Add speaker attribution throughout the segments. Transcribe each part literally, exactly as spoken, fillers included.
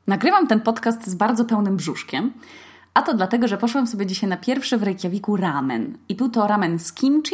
Speaker 1: Nagrywam ten podcast z bardzo pełnym brzuszkiem, a to dlatego, że poszłam sobie dzisiaj na pierwszy w Reykjaviku ramen. I był to ramen z kimchi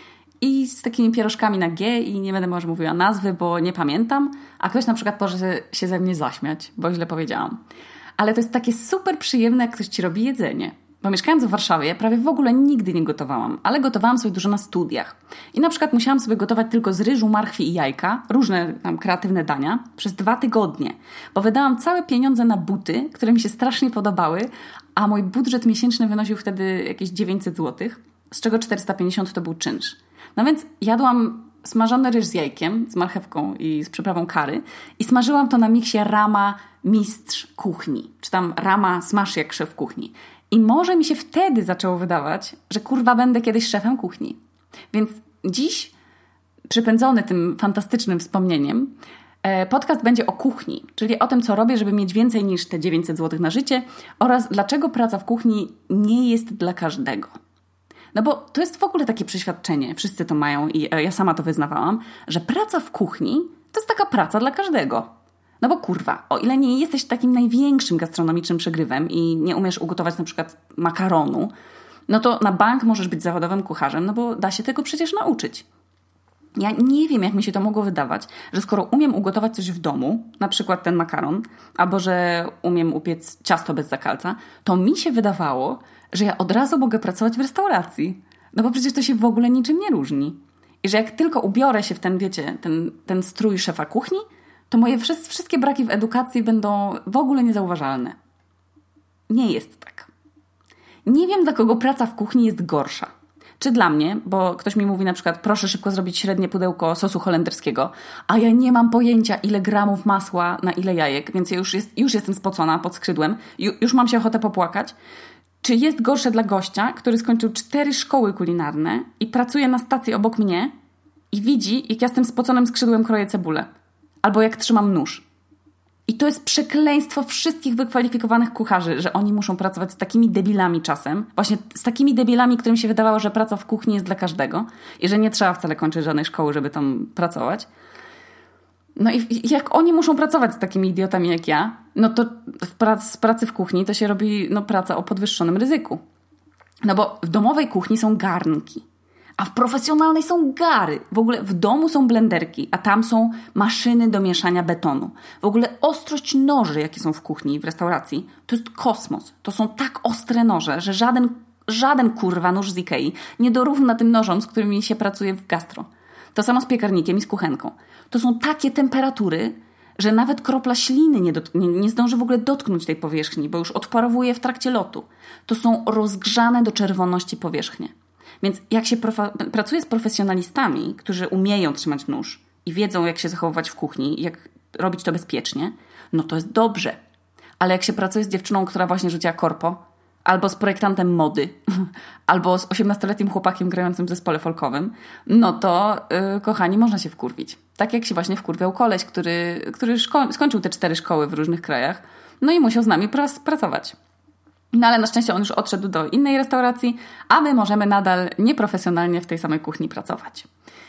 Speaker 1: i z takimi pierożkami na G i nie będę może mówiła nazwy, bo nie pamiętam, a ktoś na przykład może się ze mnie zaśmiać, bo źle powiedziałam. Ale to jest takie super przyjemne, jak ktoś ci robi jedzenie. Bo mieszkając w Warszawie prawie w ogóle nigdy nie gotowałam, ale gotowałam sobie dużo na studiach. I na przykład musiałam sobie gotować tylko z ryżu, marchwi i jajka, różne tam kreatywne dania, przez dwa tygodnie. Bo wydałam całe pieniądze na buty, które mi się strasznie podobały, a mój budżet miesięczny wynosił wtedy jakieś dziewięćset złotych, z czego czterysta pięćdziesiąt to był czynsz. No więc jadłam smażony ryż z jajkiem, z marchewką i z przyprawą curry i smażyłam to na miksie Rama Mistrz Kuchni, czy tam Rama Smash jak szef kuchni. I może mi się wtedy zaczęło wydawać, że kurwa będę kiedyś szefem kuchni. Więc dziś, przypędzony tym fantastycznym wspomnieniem, podcast będzie o kuchni, czyli o tym, co robię, żeby mieć więcej niż te dziewięćset złotych na życie oraz dlaczego praca w kuchni nie jest dla każdego. No bo to jest w ogóle takie przeświadczenie, wszyscy to mają i ja sama to wyznawałam, że praca w kuchni to jest taka praca dla każdego. No bo kurwa, o ile nie jesteś takim największym gastronomicznym przegrywem i nie umiesz ugotować na przykład makaronu, no to na bank możesz być zawodowym kucharzem, no bo da się tego przecież nauczyć. Ja nie wiem, jak mi się to mogło wydawać, że skoro umiem ugotować coś w domu, na przykład ten makaron, albo że umiem upiec ciasto bez zakalca, to mi się wydawało, że ja od razu mogę pracować w restauracji. No bo przecież to się w ogóle niczym nie różni. I że jak tylko ubiorę się w ten, wiecie, ten, ten strój szefa kuchni, to moje wszystkie braki w edukacji będą w ogóle niezauważalne. Nie jest tak. Nie wiem, dla kogo praca w kuchni jest gorsza. Czy dla mnie, bo ktoś mi mówi na przykład, proszę szybko zrobić średnie pudełko sosu holenderskiego, a ja nie mam pojęcia, ile gramów masła na ile jajek, więc ja już, jest, już jestem spocona pod skrzydłem, Ju, już mam się ochotę popłakać. Czy jest gorsze dla gościa, który skończył cztery szkoły kulinarne i pracuje na stacji obok mnie i widzi, jak ja z tym spoconym skrzydłem kroję cebulę? Albo jak trzymam nóż. I to jest przekleństwo wszystkich wykwalifikowanych kucharzy, że oni muszą pracować z takimi debilami czasem. Właśnie z takimi debilami, którym się wydawało, że praca w kuchni jest dla każdego i że nie trzeba wcale kończyć żadnej szkoły, żeby tam pracować. No i jak oni muszą pracować z takimi idiotami jak ja, no to w prac, z pracy w kuchni to się robi no, praca o podwyższonym ryzyku. No bo w domowej kuchni są garnki, a w profesjonalnej są gary. W ogóle w domu są blenderki, a tam są maszyny do mieszania betonu. W ogóle ostrość noży, jakie są w kuchni, w restauracji, to jest kosmos. To są tak ostre noże, że żaden, żaden kurwa nóż z Ikei nie dorówna tym nożom, z którymi się pracuje w gastro. To samo z piekarnikiem i z kuchenką. To są takie temperatury, że nawet kropla śliny nie, dot- nie, nie zdąży w ogóle dotknąć tej powierzchni, bo już odparowuje w trakcie lotu. To są rozgrzane do czerwoności powierzchnie. Więc jak się profa- pracuje z profesjonalistami, którzy umieją trzymać nóż i wiedzą, jak się zachowywać w kuchni, jak robić to bezpiecznie, no to jest dobrze. Ale jak się pracuje z dziewczyną, która właśnie rzuciła korpo, albo z projektantem mody, albo z osiemnastoletnim chłopakiem grającym w zespole folkowym, no to, yy, kochani, można się wkurwić. Tak jak się właśnie wkurwiał koleś, który, który szko- skończył te cztery szkoły w różnych krajach, no i musiał z nami pras- pracować. No ale na szczęście on już odszedł do innej restauracji, a my możemy nadal nieprofesjonalnie w tej samej kuchni pracować.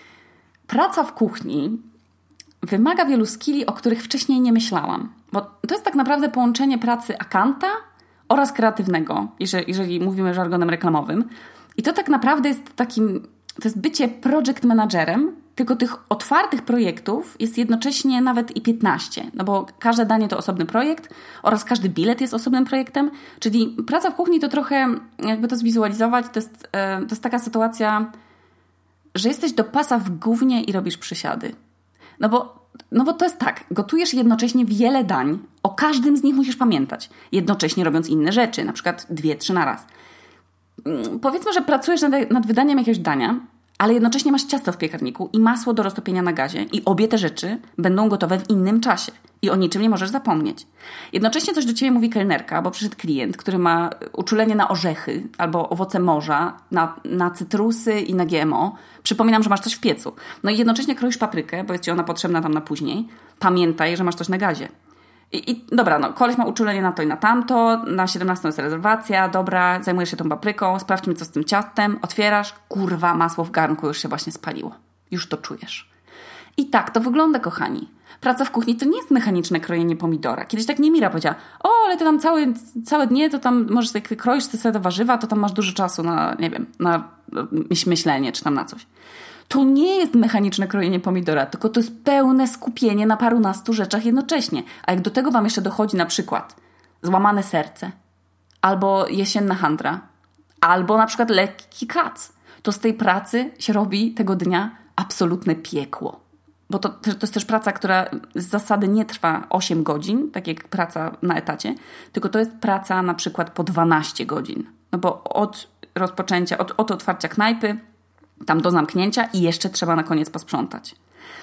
Speaker 1: Praca w kuchni wymaga wielu skilli, o których wcześniej nie myślałam. Bo to jest tak naprawdę połączenie pracy akanta oraz kreatywnego, jeżeli, jeżeli mówimy żargonem reklamowym. I to tak naprawdę jest takim, to jest bycie project managerem, tylko tych otwartych projektów jest jednocześnie nawet i piętnaście. No bo każde danie to osobny projekt oraz każdy bilet jest osobnym projektem. Czyli praca w kuchni to trochę, jakby to zwizualizować, to jest, to jest taka sytuacja, że jesteś do pasa w gównie i robisz przysiady. No bo, no bo to jest tak, gotujesz jednocześnie wiele dań, o każdym z nich musisz pamiętać, jednocześnie robiąc inne rzeczy, na przykład dwie, trzy na raz. Powiedzmy, że pracujesz nad, nad wydaniem jakiegoś dania, ale jednocześnie masz ciasto w piekarniku i masło do roztopienia na gazie i obie te rzeczy będą gotowe w innym czasie i o niczym nie możesz zapomnieć. Jednocześnie coś do ciebie mówi kelnerka, bo przyszedł klient, który ma uczulenie na orzechy albo owoce morza, na, na cytrusy i na G M O. Przypominam, że masz coś w piecu. No i jednocześnie kroisz paprykę, bo jest ci ona potrzebna tam na później. Pamiętaj, że masz coś na gazie. I, I dobra, no koleś ma uczulenie na to i na tamto, na siedemnastą jest rezerwacja, dobra, zajmujesz się tą papryką, sprawdźmy co z tym ciastem, otwierasz, kurwa, masło w garnku już się właśnie spaliło. Już to czujesz. I tak to wygląda, kochani. Praca w kuchni to nie jest mechaniczne krojenie pomidora. Kiedyś tak Niemira powiedziała, o, ale ty tam całe, całe dnie, to tam możesz, jak kroisz sobie te warzywa, to tam masz dużo czasu na, nie wiem, na myślenie czy tam na coś. To nie jest mechaniczne krojenie pomidora, tylko to jest pełne skupienie na parunastu rzeczach jednocześnie. A jak do tego wam jeszcze dochodzi na przykład złamane serce, albo jesienna handra, albo na przykład lekki kac, to z tej pracy się robi tego dnia absolutne piekło. Bo to, to jest też praca, która z zasady nie trwa osiem godzin, tak jak praca na etacie, tylko to jest praca na przykład po dwanaście godzin. No bo od rozpoczęcia, od, od otwarcia knajpy, tam do zamknięcia i jeszcze trzeba na koniec posprzątać.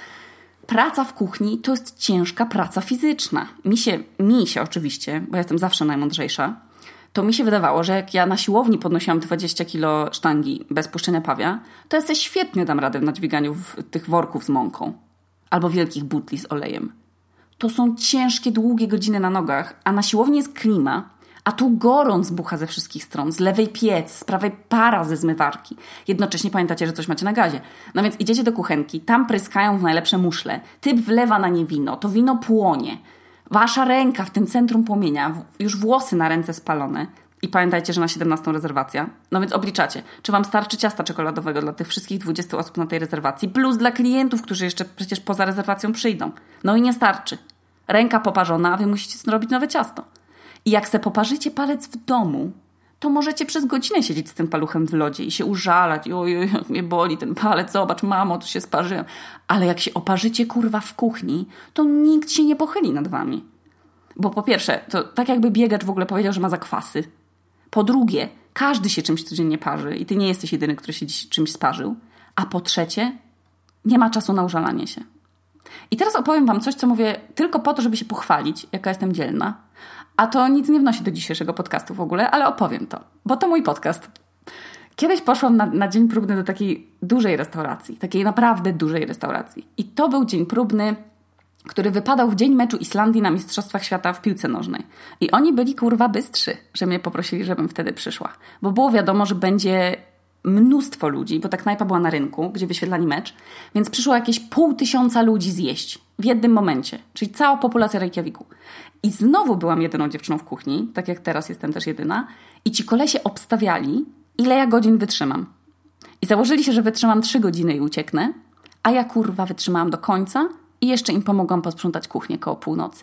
Speaker 1: Praca w kuchni to jest ciężka praca fizyczna. Mi się, mi się oczywiście, bo ja jestem zawsze najmądrzejsza, to mi się wydawało, że jak ja na siłowni podnosiłam dwadzieścia kilo sztangi bez puszczenia pawia, to ja sobie świetnie dam radę na dźwiganiu tych worków z mąką. Albo wielkich butli z olejem. To są ciężkie, długie godziny na nogach, a na siłowni jest klima, a tu gorąc bucha ze wszystkich stron, z lewej piec, z prawej para ze zmywarki. Jednocześnie pamiętacie, że coś macie na gazie. No więc idziecie do kuchenki, tam pryskają w najlepsze muszle, typ wlewa na nie wino, to wino płonie. Wasza ręka w tym centrum płomienia, już włosy na ręce spalone. I pamiętajcie, że na siedemnastą rezerwacja. No więc obliczacie, czy wam starczy ciasta czekoladowego dla tych wszystkich dwudziestu osób na tej rezerwacji, plus dla klientów, którzy jeszcze przecież poza rezerwacją przyjdą. No i nie starczy. Ręka poparzona, a wy musicie zrobić nowe ciasto. I jak se poparzycie palec w domu, to możecie przez godzinę siedzieć z tym paluchem w lodzie i się użalać. Oj, oj, jak mnie boli ten palec, zobacz, mamo, tu się sparzyłem. Ale jak się oparzycie, kurwa, w kuchni, to nikt się nie pochyli nad wami. Bo po pierwsze, to tak jakby biegacz w ogóle powiedział, że ma zakwasy. Po drugie, każdy się czymś codziennie parzy i ty nie jesteś jedyny, który się dziś czymś sparzył. A po trzecie, nie ma czasu na użalanie się. I teraz opowiem wam coś, co mówię tylko po to, żeby się pochwalić, jaka jestem dzielna. A to nic nie wnosi do dzisiejszego podcastu w ogóle, ale opowiem to, bo to mój podcast. Kiedyś poszłam na, na dzień próbny do takiej dużej restauracji, takiej naprawdę dużej restauracji. I to był dzień próbny, który wypadał w dzień meczu Islandii na Mistrzostwach Świata w piłce nożnej. I oni byli kurwa bystrzy, że mnie poprosili, żebym wtedy przyszła. Bo było wiadomo, że będzie mnóstwo ludzi, bo ta knajpa była na rynku, gdzie wyświetlali mecz, więc przyszło jakieś pół tysiąca ludzi zjeść w jednym momencie. Czyli cała populacja Reykjaviku. I znowu byłam jedyną dziewczyną w kuchni, tak jak teraz jestem też jedyna. I ci kolesie obstawiali, ile ja godzin wytrzymam. I założyli się, że wytrzymam trzy godziny i ucieknę, a ja kurwa wytrzymałam do końca i jeszcze im pomogłam posprzątać kuchnię koło północy.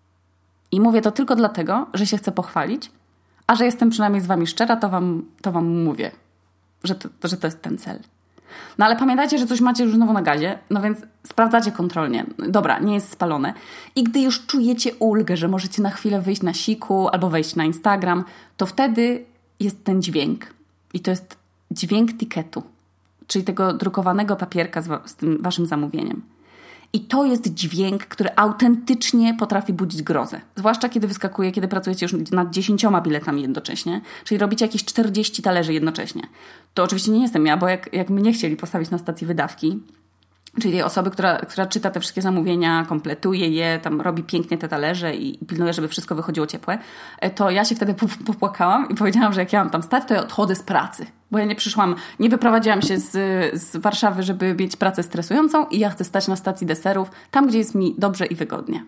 Speaker 1: I mówię to tylko dlatego, że się chcę pochwalić, a że jestem przynajmniej z wami szczera, to wam, to wam mówię, że to, że to jest ten cel. No ale pamiętajcie, że coś macie już znowu na gazie, no więc sprawdzacie kontrolnie. Dobra, nie jest spalone. I gdy już czujecie ulgę, że możecie na chwilę wyjść na siku albo wejść na Instagram, to wtedy jest ten dźwięk. I to jest dźwięk tiketu, czyli tego drukowanego papierka z, z tym waszym zamówieniem. I to jest dźwięk, który autentycznie potrafi budzić grozę. Zwłaszcza kiedy wyskakuje, kiedy pracujecie już nad dziesięcioma biletami jednocześnie, czyli robicie jakieś czterdzieści talerzy jednocześnie. To oczywiście nie jestem ja, bo jak, jak mnie chcieli postawić na stacji wydawki, czyli tej osoby, która, która czyta te wszystkie zamówienia, kompletuje je, tam robi pięknie te talerze i pilnuje, żeby wszystko wychodziło ciepłe, to ja się wtedy popłakałam i powiedziałam, że jak ja mam tam stać, to ja odchodzę z pracy. Bo ja nie przyszłam, nie wyprowadziłam się z, z Warszawy, żeby mieć pracę stresującą i ja chcę stać na stacji deserów, tam gdzie jest mi dobrze i wygodnie.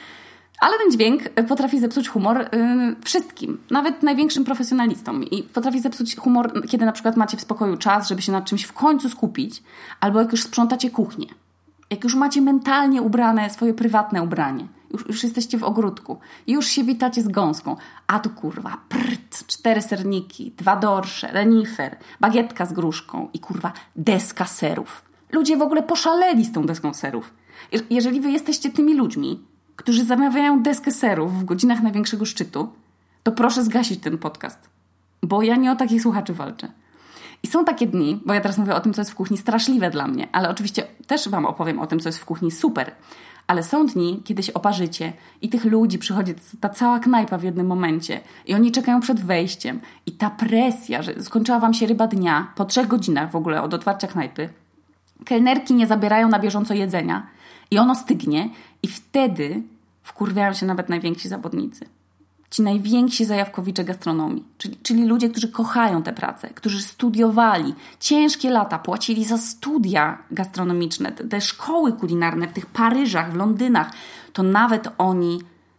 Speaker 1: Ale ten dźwięk potrafi zepsuć humor yy, wszystkim, nawet największym profesjonalistom. I potrafi zepsuć humor, kiedy na przykład macie w spokoju czas, żeby się nad czymś w końcu skupić, albo jak już sprzątacie kuchnię. Jak już macie mentalnie ubrane swoje prywatne ubranie, już, już jesteście w ogródku, już się witacie z gąską, a tu kurwa prt, cztery serniki, dwa dorsze, renifer, bagietka z gruszką i kurwa deska serów. Ludzie w ogóle poszaleli z tą deską serów. Jeżeli wy jesteście tymi ludźmi, którzy zamawiają deskę serów w godzinach największego szczytu, to proszę zgasić ten podcast. Bo ja nie o takich słuchaczy walczę. I są takie dni, bo ja teraz mówię o tym, co jest w kuchni straszliwe dla mnie, ale oczywiście też wam opowiem o tym, co jest w kuchni super. Ale są dni, kiedy się oparzycie i tych ludzi przychodzi ta cała knajpa w jednym momencie i oni czekają przed wejściem i ta presja, że skończyła wam się ryba dnia po trzech godzinach w ogóle od otwarcia knajpy. Kelnerki nie zabierają na bieżąco jedzenia i ono stygnie i wtedy wkurwiają się nawet najwięksi zawodnicy. ci najwięksi zajawkowicze gastronomii, czyli, czyli ludzie, którzy kochają tę pracę, którzy studiowali ciężkie lata, płacili za studia gastronomiczne, te, te szkoły kulinarne w tych Paryżach, w Londynach, to nawet oni,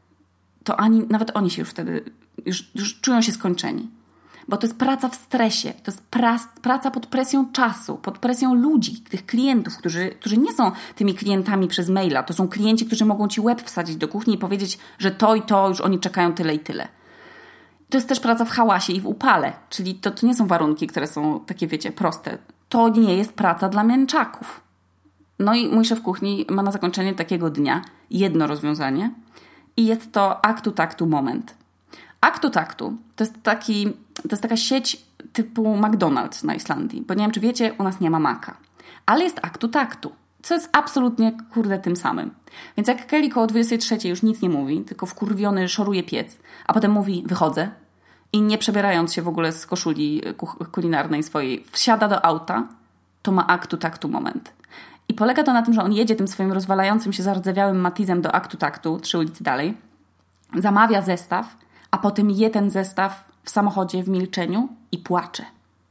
Speaker 1: to ani, nawet oni się już wtedy już, już czują się skończeni. Bo to jest praca w stresie, to jest pra- praca pod presją czasu, pod presją ludzi, tych klientów, którzy, którzy nie są tymi klientami przez maila. To są klienci, którzy mogą ci łeb wsadzić do kuchni i powiedzieć, że to i to już oni czekają tyle i tyle. To jest też praca w hałasie i w upale, czyli to, to nie są warunki, które są takie, wiecie, proste. To nie jest praca dla mięczaków. No i mój szef kuchni ma na zakończenie takiego dnia jedno rozwiązanie i jest to aktu taktu moment. Aktu taktu to jest, taki, to jest taka sieć typu McDonald's na Islandii, bo nie wiem, czy wiecie, u nas nie ma maka. Ale jest aktu taktu, co jest absolutnie, kurde, tym samym. Więc jak Kelly koło dwudziestej trzeciej już nic nie mówi, tylko wkurwiony szoruje piec, a potem mówi wychodzę i nie przebierając się w ogóle z koszuli kulinarnej swojej wsiada do auta, to ma aktu taktu moment. I polega to na tym, że on jedzie tym swoim rozwalającym się zardzewiałym Matizem do aktu taktu, trzy ulicy dalej, zamawia zestaw, a potem je ten zestaw w samochodzie w milczeniu i płacze.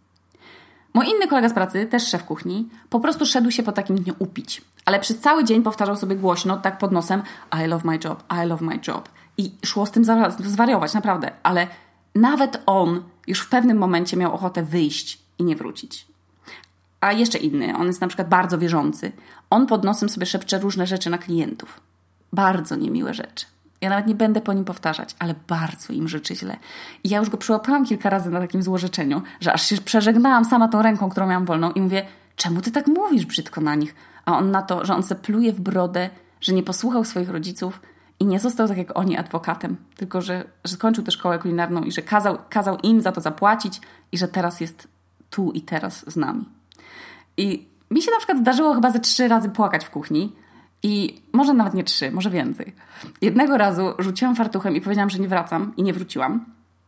Speaker 1: Mój inny kolega z pracy, też szef kuchni, po prostu szedł się po takim dniu upić. Ale przez cały dzień powtarzał sobie głośno, tak pod nosem I love my job, I love my job. I szło z tym zwariować, naprawdę. Ale nawet on już w pewnym momencie miał ochotę wyjść i nie wrócić. A jeszcze inny, on jest na przykład bardzo wierzący. On pod nosem sobie szepcze różne rzeczy na klientów. Bardzo niemiłe rzeczy. Ja nawet nie będę po nim powtarzać, ale bardzo im życzy źle. I ja już go przyłapałam kilka razy na takim złorzeczeniu, że aż się przeżegnałam sama tą ręką, którą miałam wolną i mówię, czemu ty tak mówisz brzydko na nich? A on na to, że on se pluje w brodę, że nie posłuchał swoich rodziców i nie został tak jak oni adwokatem, tylko że, że skończył tę szkołę kulinarną i że kazał, kazał im za to zapłacić i że teraz jest tu i teraz z nami. I mi się na przykład zdarzyło chyba ze trzy razy płakać w kuchni, i może nawet nie trzy, może więcej. Jednego razu rzuciłam fartuchem i powiedziałam, że nie wracam i nie wróciłam.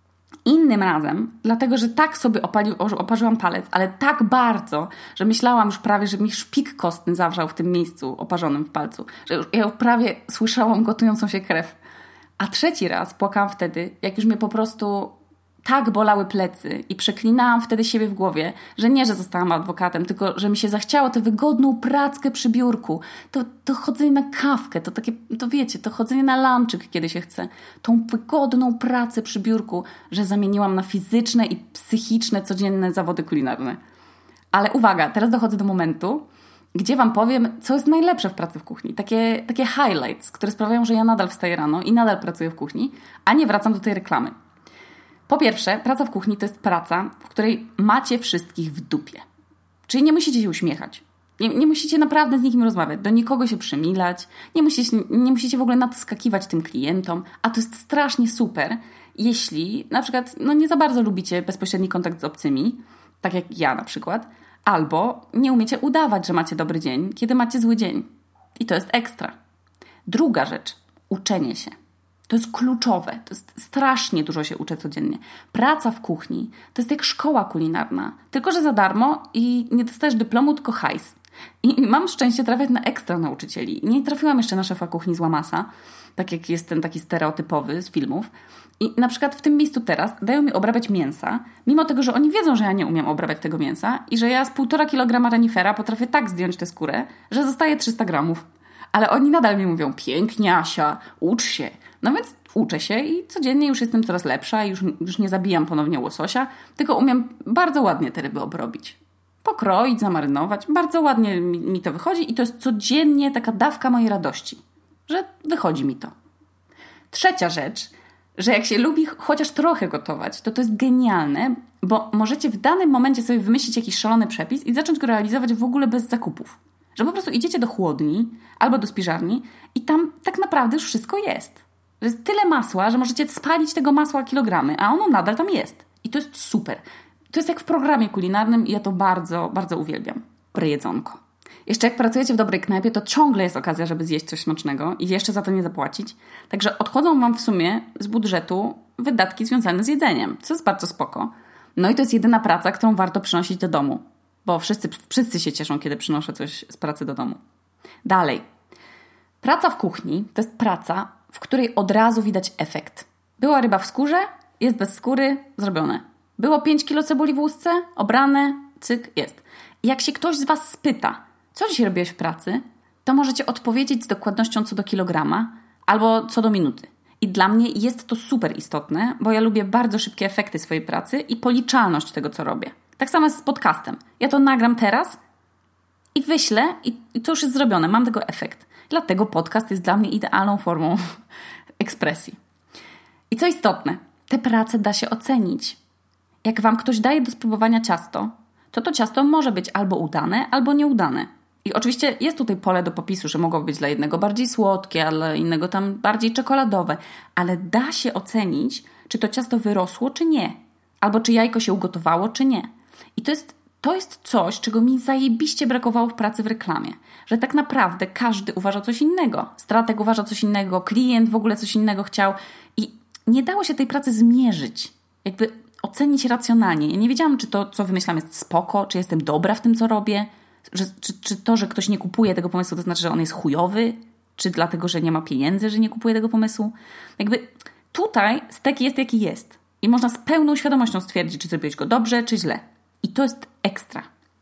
Speaker 1: Innym razem, dlatego że tak sobie opali, oparzyłam palec, ale tak bardzo, że myślałam już prawie, że mi szpik kostny zawrzał w tym miejscu oparzonym w palcu. Że już, ja już prawie słyszałam gotującą się krew. A trzeci raz płakałam wtedy, jak już mnie po prostu tak bolały plecy i przeklinałam wtedy siebie w głowie, że nie, że zostałam adwokatem, tylko że mi się zachciało tę wygodną prackę przy biurku, to, to chodzenie na kawkę, to takie, to wiecie, to chodzenie na lunchik, kiedy się chce, tą wygodną pracę przy biurku, że zamieniłam na fizyczne i psychiczne, codzienne zawody kulinarne. Ale uwaga, teraz dochodzę do momentu, gdzie wam powiem, co jest najlepsze w pracy w kuchni. Takie, takie highlights, które sprawiają, że ja nadal wstaję rano i nadal pracuję w kuchni, a nie wracam do tej reklamy. Po pierwsze, praca w kuchni to jest praca, w której macie wszystkich w dupie. Czyli nie musicie się uśmiechać. Nie, nie musicie naprawdę z nikim rozmawiać, do nikogo się przymilać, nie musicie, nie musicie w ogóle nadskakiwać tym klientom, a to jest strasznie super, jeśli na przykład no nie za bardzo lubicie bezpośredni kontakt z obcymi, tak jak ja na przykład, albo nie umiecie udawać, że macie dobry dzień, kiedy macie zły dzień. I to jest ekstra. Druga rzecz, uczenie się. To jest kluczowe. To jest strasznie dużo się uczę codziennie. Praca w kuchni to jest jak szkoła kulinarna. Tylko że za darmo i nie dostajesz dyplomu, tylko hajs. I mam szczęście trafiać na ekstra nauczycieli. Nie trafiłam jeszcze na szefa kuchni z Łamasa, tak jak jest ten taki stereotypowy z filmów. I na przykład w tym miejscu teraz dają mi obrabiać mięsa, mimo tego, że oni wiedzą, że ja nie umiem obrabiać tego mięsa i że ja z półtora kilograma renifera potrafię tak zdjąć tę skórę, że zostaje trzysta gramów. Ale oni nadal mi mówią, pięknie Asia, ucz się. No więc uczę się i codziennie już jestem coraz lepsza i już, już nie zabijam ponownie łososia, tylko umiem bardzo ładnie te ryby obrobić. Pokroić, zamarynować. Bardzo ładnie mi, mi to wychodzi i to jest codziennie taka dawka mojej radości, że wychodzi mi to. Trzecia rzecz, że jak się lubi chociaż trochę gotować, to to jest genialne, bo możecie w danym momencie sobie wymyślić jakiś szalony przepis i zacząć go realizować w ogóle bez zakupów. Że po prostu idziecie do chłodni albo do spiżarni i tam tak naprawdę już wszystko jest. Że jest tyle masła, że możecie spalić tego masła kilogramy, a ono nadal tam jest. I to jest super. To jest jak w programie kulinarnym i ja to bardzo, bardzo uwielbiam. Dobre jedzonko. Jeszcze jak pracujecie w dobrej knajpie, to ciągle jest okazja, żeby zjeść coś smacznego i jeszcze za to nie zapłacić. Także odchodzą wam w sumie z budżetu wydatki związane z jedzeniem, co jest bardzo spoko. No i to jest jedyna praca, którą warto przynosić do domu. Bo wszyscy, wszyscy się cieszą, kiedy przynoszę coś z pracy do domu. Dalej. Praca w kuchni to jest praca, w której od razu widać efekt. Była ryba w skórze, jest bez skóry, zrobione. Było pięć kilo cebuli w łusce, obrane, cyk, jest. I jak się ktoś z was spyta, co dzisiaj robiłeś w pracy, to możecie odpowiedzieć z dokładnością co do kilograma albo co do minuty. I dla mnie jest to super istotne, bo ja lubię bardzo szybkie efekty swojej pracy i policzalność tego, co robię. Tak samo jest z podcastem. Ja to nagram teraz i wyślę i, i to już jest zrobione. Mam tego efekt. Dlatego podcast jest dla mnie idealną formą ekspresji. I co istotne, tę pracę da się ocenić. Jak wam ktoś daje do spróbowania ciasto, to to ciasto może być albo udane, albo nieudane. I oczywiście jest tutaj pole do popisu, że mogło być dla jednego bardziej słodkie, a dla innego tam bardziej czekoladowe. Ale da się ocenić, czy to ciasto wyrosło, czy nie. Albo czy jajko się ugotowało, czy nie. I to jest, to jest coś, czego mi zajebiście brakowało w pracy w reklamie. Że tak naprawdę każdy uważa coś innego. Strateg uważa coś innego, klient w ogóle coś innego chciał. I nie dało się tej pracy zmierzyć. Jakby ocenić racjonalnie. Ja nie wiedziałam, czy to, co wymyślam, jest spoko, czy jestem dobra w tym, co robię. Że, czy, czy to, że ktoś nie kupuje tego pomysłu, to znaczy, że on jest chujowy? Czy dlatego, że nie ma pieniędzy, że nie kupuje tego pomysłu? Jakby tutaj stek jest, jaki jest. I można z pełną świadomością stwierdzić, czy zrobiłeś go dobrze, czy źle. I to jest ekstra.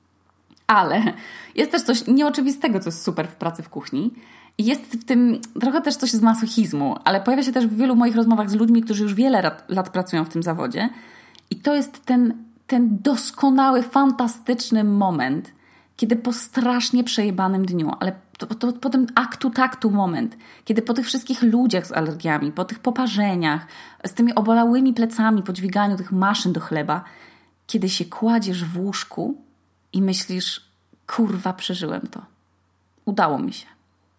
Speaker 1: Ale jest też coś nieoczywistego, co jest super w pracy w kuchni. I jest w tym trochę też coś z masochizmu, ale pojawia się też w wielu moich rozmowach z ludźmi, którzy już wiele lat, lat pracują w tym zawodzie. I to jest ten, ten doskonały, fantastyczny moment, kiedy po strasznie przejebanym dniu, ale to, to, po tym aktu taktu moment, kiedy po tych wszystkich ludziach z alergiami, po tych poparzeniach, z tymi obolałymi plecami po dźwiganiu tych maszyn do chleba, kiedy się kładziesz w łóżku i myślisz, kurwa, przeżyłem to. Udało mi się.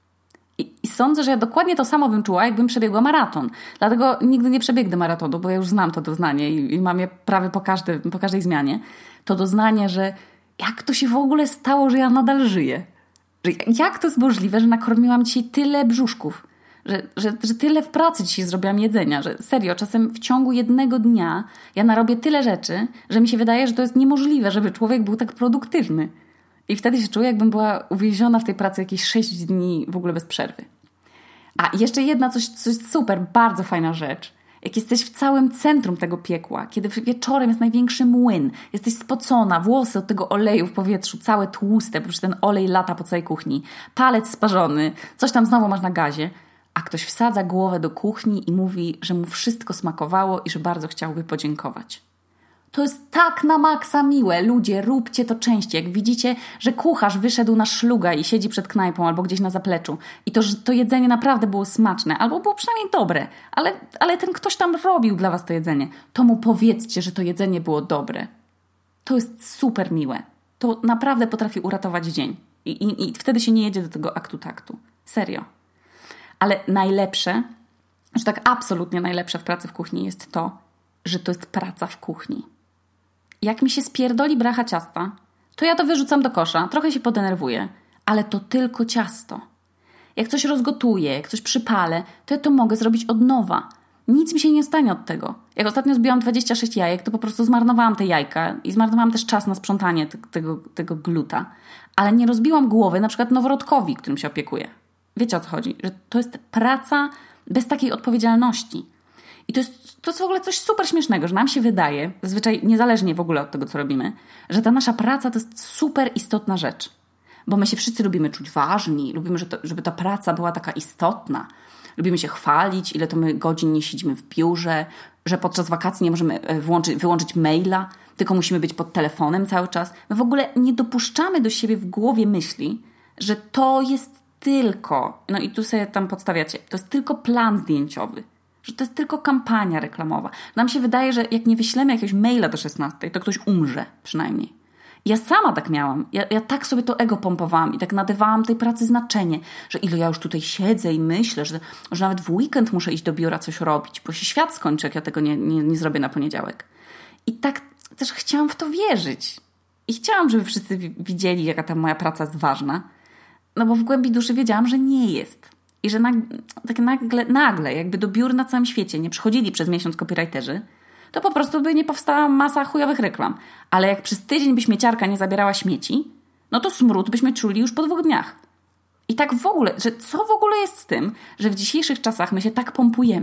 Speaker 1: I, I sądzę, że ja dokładnie to samo bym czuła, jakbym przebiegła maraton. Dlatego nigdy nie przebiegnę maratonu, bo ja już znam to doznanie i, i mam je prawie po, każdy, po każdej zmianie. To doznanie, że jak to się w ogóle stało, że ja nadal żyję? Że jak to jest możliwe, że nakormiłam dzisiaj tyle brzuszków? Że, że, że tyle w pracy dzisiaj zrobiłam jedzenia? Że serio, czasem w ciągu jednego dnia ja narobię tyle rzeczy, że mi się wydaje, że to jest niemożliwe, żeby człowiek był tak produktywny. I wtedy się czuję, jakbym była uwięziona w tej pracy jakieś sześć dni w ogóle bez przerwy. A jeszcze jedna coś, coś super, bardzo fajna rzecz. Jak jesteś w całym centrum tego piekła, kiedy wieczorem jest największy młyn, jesteś spocona, włosy od tego oleju w powietrzu, całe tłuste, bo ten olej lata po całej kuchni, palec sparzony, coś tam znowu masz na gazie, a ktoś wsadza głowę do kuchni i mówi, że mu wszystko smakowało i że bardzo chciałby podziękować. To jest tak na maksa miłe. Ludzie, róbcie to częściej. Jak widzicie, że kucharz wyszedł na szluga i siedzi przed knajpą albo gdzieś na zapleczu i to, że to jedzenie naprawdę było smaczne albo było przynajmniej dobre, ale, ale ten ktoś tam robił dla was to jedzenie, to mu powiedzcie, że to jedzenie było dobre. To jest super miłe. To naprawdę potrafi uratować dzień. I, i, i wtedy się nie jedzie do tego aktu taktu. Serio. Ale najlepsze, że tak absolutnie najlepsze w pracy w kuchni jest to, że to jest praca w kuchni. Jak mi się spierdoli bracha ciasta, to ja to wyrzucam do kosza, trochę się podenerwuję, ale to tylko ciasto. Jak coś rozgotuję, jak coś przypalę, to ja to mogę zrobić od nowa. Nic mi się nie stanie od tego. Jak ostatnio zbiłam dwadzieścia sześć jajek, to po prostu zmarnowałam te jajka i zmarnowałam też czas na sprzątanie te, tego, tego gluta. Ale nie rozbiłam głowy na przykład noworodkowi, którym się opiekuję. Wiecie, o co chodzi? Że to jest praca bez takiej odpowiedzialności. I to jest, to jest w ogóle coś super śmiesznego, że nam się wydaje, zazwyczaj niezależnie w ogóle od tego, co robimy, że ta nasza praca to jest super istotna rzecz. Bo my się wszyscy lubimy czuć ważni, lubimy, że to, żeby ta praca była taka istotna. Lubimy się chwalić, ile to my godzin nie siedzimy w biurze, że podczas wakacji nie możemy włączyć, wyłączyć maila, tylko musimy być pod telefonem cały czas. My w ogóle nie dopuszczamy do siebie w głowie myśli, że to jest tylko, no i tu sobie tam podstawiacie, to jest tylko plan zdjęciowy. Że to jest tylko kampania reklamowa. Nam się wydaje, że jak nie wyślemy jakiegoś maila do szesnastej, to ktoś umrze przynajmniej. Ja sama tak miałam. Ja, ja tak sobie to ego pompowałam i tak nadawałam tej pracy znaczenie, że ile ja już tutaj siedzę i myślę, że, że nawet w weekend muszę iść do biura coś robić, bo się świat skończy, jak ja tego nie, nie, nie zrobię na poniedziałek. I tak też chciałam w to wierzyć. I chciałam, żeby wszyscy widzieli, jaka ta moja praca jest ważna. No bo w głębi duszy wiedziałam, że nie jest. I że nag, tak nagle, nagle, jakby do biur na całym świecie nie przychodzili przez miesiąc copywriterzy, to po prostu by nie powstała masa chujowych reklam. Ale jak przez tydzień by śmieciarka nie zabierała śmieci, no to smród byśmy czuli już po dwóch dniach. I tak w ogóle, że co w ogóle jest z tym, że w dzisiejszych czasach my się tak pompujemy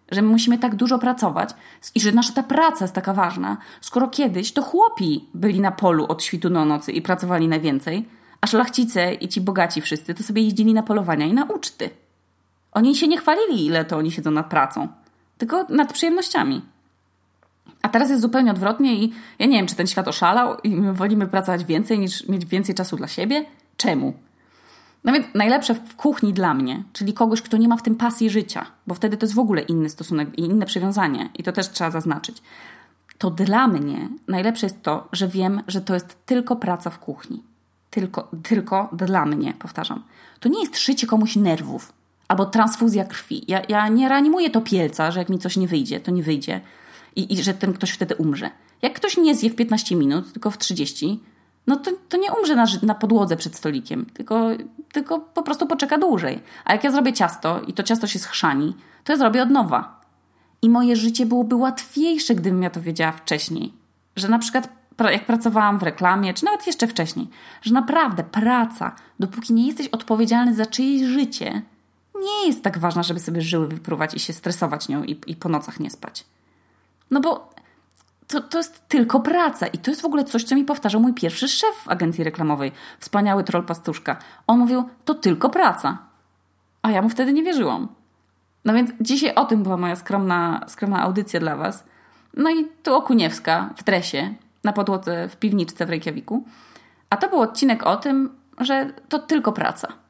Speaker 1: że my musimy tak dużo pracować i że nasza ta praca jest taka ważna, skoro kiedyś to chłopi byli na polu od świtu do nocy i pracowali najwięcej, a szlachcice i ci bogaci wszyscy to sobie jeździli na polowania i na uczty. Oni się nie chwalili, ile to oni siedzą nad pracą, tylko nad przyjemnościami. A teraz jest zupełnie odwrotnie i ja nie wiem, czy ten świat oszalał i my wolimy pracować więcej niż mieć więcej czasu dla siebie. Czemu? No więc najlepsze w kuchni dla mnie, czyli kogoś, kto nie ma w tym pasji życia, bo wtedy to jest w ogóle inny stosunek i inne przywiązanie i to też trzeba zaznaczyć. To dla mnie najlepsze jest to, że wiem, że to jest tylko praca w kuchni. Tylko, tylko dla mnie, powtarzam. To nie jest szycie komuś nerwów albo transfuzja krwi. Ja, ja nie reanimuję topielca, że jak mi coś nie wyjdzie, to nie wyjdzie i, i że ten ktoś wtedy umrze. Jak ktoś nie zje w piętnaście minut, tylko w trzydzieści, no to, to nie umrze na, na podłodze przed stolikiem, tylko, tylko po prostu poczeka dłużej. A jak ja zrobię ciasto i to ciasto się schrzani, to ja zrobię od nowa. I moje życie byłoby łatwiejsze, gdybym ja to wiedziała wcześniej. Że na przykład jak pracowałam w reklamie, czy nawet jeszcze wcześniej, że naprawdę praca, dopóki nie jesteś odpowiedzialny za czyjeś życie, nie jest tak ważna, żeby sobie żyły wyprówać i się stresować nią i, i po nocach nie spać. No bo to, to jest tylko praca i to jest w ogóle coś, co mi powtarzał mój pierwszy szef w agencji reklamowej, wspaniały troll pastuszka. On mówił, to tylko praca. A ja mu wtedy nie wierzyłam. No więc dzisiaj o tym była moja skromna, skromna audycja dla was. No i tu Okuniewska w dresie, na podłodze w piwniczce w Reykjaviku. A to był odcinek o tym, że to tylko praca.